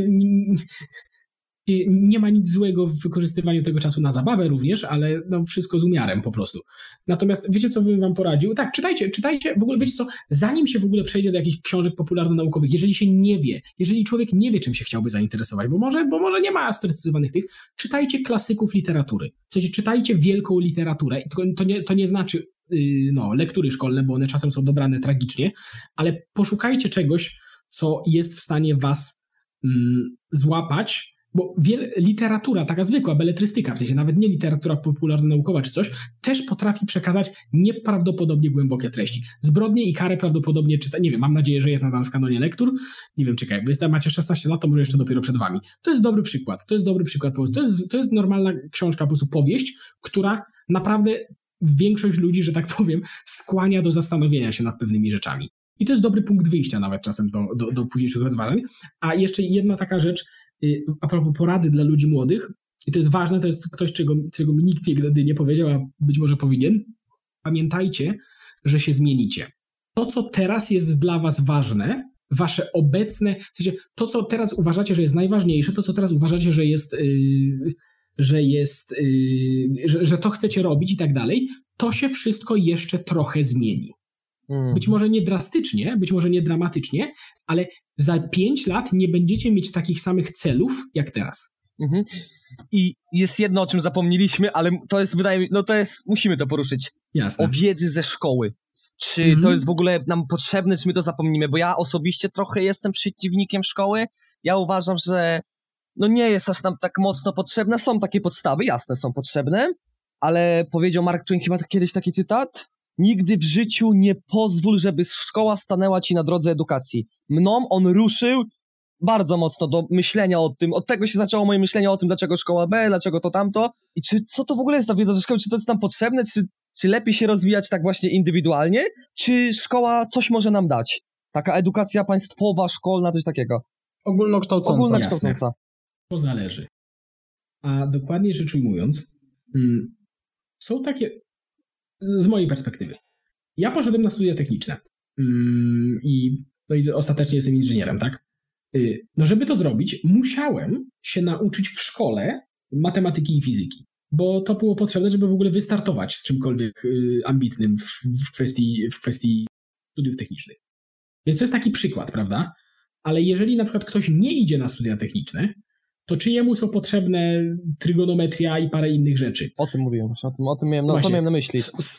nie ma nic złego w wykorzystywaniu tego czasu na zabawę również, ale wszystko z umiarem po prostu. Natomiast wiecie, co bym wam poradził? Tak, czytajcie, w ogóle wiecie co, zanim się w ogóle przejdzie do jakichś książek popularno-naukowych, jeżeli się nie wie, jeżeli człowiek nie wie, czym się chciałby zainteresować, bo może nie ma sprecyzowanych tych, czytajcie klasyków literatury. W sensie czytajcie wielką literaturę i to nie znaczy lektury szkolne, bo one czasem są dobrane tragicznie, ale poszukajcie czegoś, co jest w stanie was złapać. Bo literatura, taka zwykła, beletrystyka, w sensie nawet nie literatura popularno-naukowa czy coś, też potrafi przekazać nieprawdopodobnie głębokie treści. Zbrodnie i karę prawdopodobnie nie wiem, mam nadzieję, że jest nadal w kanonie lektur. Nie wiem, czekaj, bo macie 16 lat, to może jeszcze dopiero przed wami. To jest dobry przykład. To jest normalna książka, po prostu powieść, która naprawdę większość ludzi, że tak powiem, skłania do zastanowienia się nad pewnymi rzeczami. I to jest dobry punkt wyjścia nawet czasem do późniejszych rozważań. A jeszcze jedna taka rzecz, a propos porady dla ludzi młodych, i to jest ważne, to jest coś, czego mi nikt nigdy nie powiedział, a być może powinien. Pamiętajcie, że się zmienicie. To, co teraz jest dla was ważne, wasze obecne, w sensie to, co teraz uważacie, że jest najważniejsze, to, co teraz uważacie, że to chcecie robić i tak dalej, to się wszystko jeszcze trochę zmieni. Być może nie drastycznie, być może nie dramatycznie, ale za 5 lat nie będziecie mieć takich samych celów jak teraz. I jest jedno, o czym zapomnieliśmy, ale to jest, wydaje mi, musimy to poruszyć. Jasne. O wiedzy ze szkoły. Czy to jest w ogóle nam potrzebne, czy my to zapomnimy? Bo ja osobiście trochę jestem przeciwnikiem szkoły. Ja uważam, że nie jest aż nam tak mocno potrzebne. Są takie podstawy, jasne, są potrzebne, ale powiedział Mark Twain chyba kiedyś taki cytat: nigdy w życiu nie pozwól, żeby szkoła stanęła ci na drodze edukacji. Mną on ruszył bardzo mocno do myślenia o tym. Od tego się zaczęło moje myślenie o tym, dlaczego szkoła B, dlaczego to tamto. I co to w ogóle jest ta wiedza ze szkoły? Czy to jest nam potrzebne? Czy lepiej się rozwijać tak właśnie indywidualnie? Czy szkoła coś może nam dać? Taka edukacja państwowa, szkolna, coś takiego. Ogólnokształcąca. Jasne. To zależy. A dokładniej rzecz ujmując, są takie, z mojej perspektywy, ja poszedłem na studia techniczne i ostatecznie jestem inżynierem, tak? No żeby to zrobić, musiałem się nauczyć w szkole matematyki i fizyki, bo to było potrzebne, żeby w ogóle wystartować z czymkolwiek ambitnym w kwestii studiów technicznych. Więc to jest taki przykład, prawda? Ale jeżeli na przykład ktoś nie idzie na studia techniczne, to czy jemu są potrzebne trygonometria i parę innych rzeczy? O tym mówiłem, to miałem na myśli.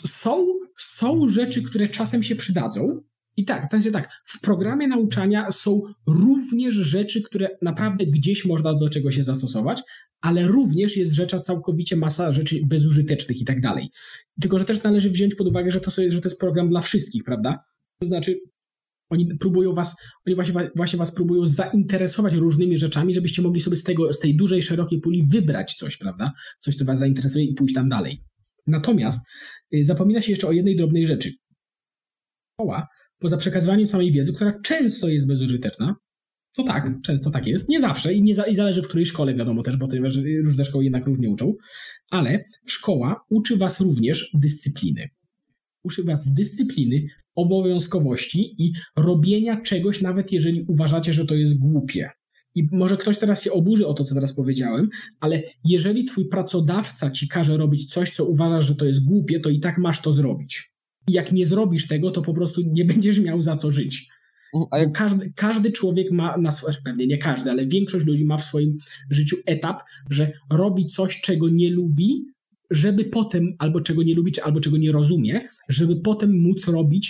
Są rzeczy, które czasem się przydadzą. I tak, w programie nauczania są również rzeczy, które naprawdę gdzieś można do czegoś się zastosować, ale również jest całkowicie masa rzeczy bezużytecznych i tak dalej. Tylko, że też należy wziąć pod uwagę, że to jest program dla wszystkich, prawda? To znaczy, oni właśnie was próbują zainteresować różnymi rzeczami, żebyście mogli sobie z tej dużej, szerokiej puli wybrać coś, prawda? Coś, co was zainteresuje i pójść tam dalej. Natomiast zapomina się jeszcze o jednej drobnej rzeczy. Szkoła, poza przekazywaniem samej wiedzy, która często jest bezużyteczna, to tak, często tak jest, nie zawsze i zależy w której szkole, wiadomo też, bo różne szkoły jednak różnie uczą, ale szkoła uczy was również dyscypliny. Uczy was dyscypliny, obowiązkowości i robienia czegoś, nawet jeżeli uważacie, że to jest głupie. I może ktoś teraz się oburzy o to, co teraz powiedziałem, ale jeżeli twój pracodawca ci każe robić coś, co uważasz, że to jest głupie, to i tak masz to zrobić. I jak nie zrobisz tego, to po prostu nie będziesz miał za co żyć. Bo każdy człowiek ma, pewnie nie każdy, ale większość ludzi ma w swoim życiu etap, że robi coś, czego nie lubi, żeby potem, albo czego nie lubi, albo czego nie rozumie, żeby potem móc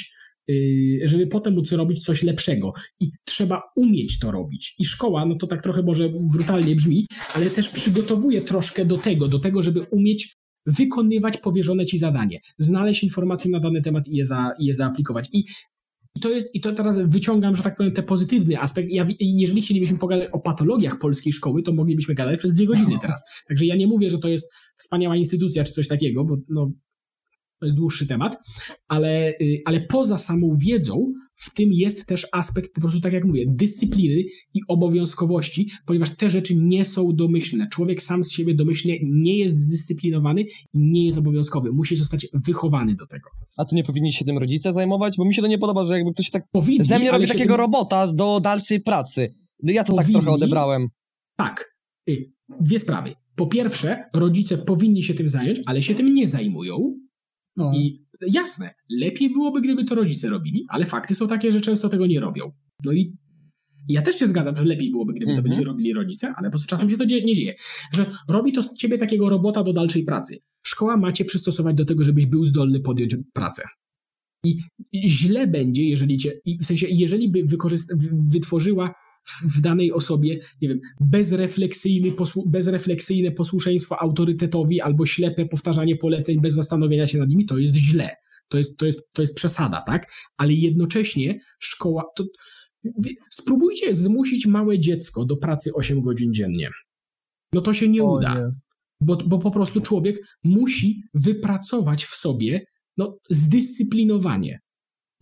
robić coś lepszego. I trzeba umieć to robić. I szkoła, no to tak trochę może brutalnie brzmi, ale też przygotowuje troszkę do tego, żeby umieć wykonywać powierzone ci zadanie, znaleźć informacje na dany temat i je zaaplikować. I to teraz wyciągam, że tak powiem, ten pozytywny aspekt. Jeżeli chcielibyśmy pogadać o patologiach polskiej szkoły, to moglibyśmy gadać przez 2 godziny teraz. Także ja nie mówię, że to jest wspaniała instytucja czy coś takiego, bo to jest dłuższy temat, ale poza samą wiedzą w tym jest też aspekt, po prostu tak jak mówię, dyscypliny i obowiązkowości, ponieważ te rzeczy nie są domyślne. Człowiek sam z siebie domyślnie nie jest zdyscyplinowany i nie jest obowiązkowy. Musi zostać wychowany do tego. A tu nie powinni się tym rodzice zajmować? Bo mi się to nie podoba, że jakby ktoś tak powinni, ze mnie robi takiego robota do dalszej pracy. Ja to tak trochę odebrałem. Tak. 2 sprawy. Po pierwsze, rodzice powinni się tym zająć, ale się tym nie zajmują. No. I jasne, lepiej byłoby, gdyby to rodzice robili, ale fakty są takie, że często tego nie robią. No i ja też się zgadzam, że lepiej byłoby, gdyby to robili rodzice, ale po prostu czasem się to nie dzieje. Że robi to z ciebie takiego robota do dalszej pracy. Szkoła ma cię przystosować do tego, żebyś był zdolny podjąć pracę. I źle będzie, jeżeli by wytworzyła w danej osobie, nie wiem, bezrefleksyjne posłuszeństwo autorytetowi albo ślepe powtarzanie poleceń bez zastanowienia się nad nimi, to jest źle. To jest przesada, tak? Ale jednocześnie szkoła... Spróbujcie zmusić małe dziecko do pracy 8 godzin dziennie. No to się nie uda. Nie. Bo po prostu człowiek musi wypracować w sobie zdyscyplinowanie.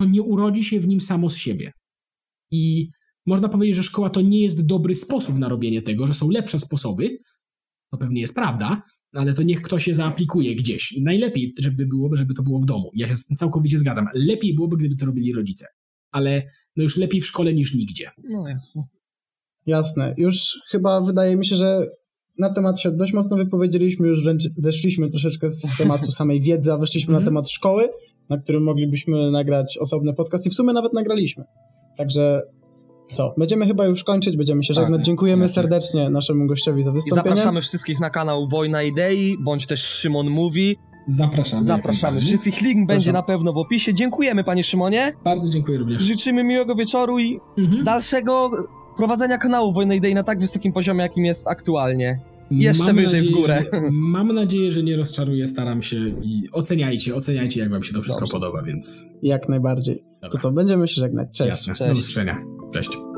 to nie urodzi się w nim samo z siebie. I można powiedzieć, że szkoła to nie jest dobry sposób na robienie tego, że są lepsze sposoby. To pewnie jest prawda, ale to niech ktoś się zaaplikuje gdzieś. I najlepiej, żeby to było w domu. Ja się z tym całkowicie zgadzam. Lepiej byłoby, gdyby to robili rodzice. Ale no już lepiej w szkole niż nigdzie. No jasne. Jasne. Już chyba wydaje mi się, że na temat się dość mocno wypowiedzieliśmy, już wręcz zeszliśmy troszeczkę z tematu samej wiedzy, a weszliśmy na temat szkoły, na którym moglibyśmy nagrać osobny podcast i w sumie nawet nagraliśmy. Także co, będziemy chyba już kończyć, będziemy się żegnać. Dziękujemy serdecznie naszemu gościowi za wystąpienie. I zapraszamy wszystkich na kanał Wojna Idei, bądź też Szymon Mówi. Zapraszamy wszystkich. Link będzie na pewno w opisie. Dziękujemy, panie Szymonie. Bardzo dziękuję również. Życzymy miłego wieczoru i dalszego prowadzenia kanału Wojna Idei na tak wysokim poziomie, jakim jest aktualnie. Jeszcze wyżej w górę. Mam nadzieję, że nie rozczaruję, staram się i oceniajcie, jak wam się to wszystko podoba, więc... Jak najbardziej. Dobra. To co, będziemy się żegnać. Cześć. Jasne. Cześć. Do usłyszenia. Cześć.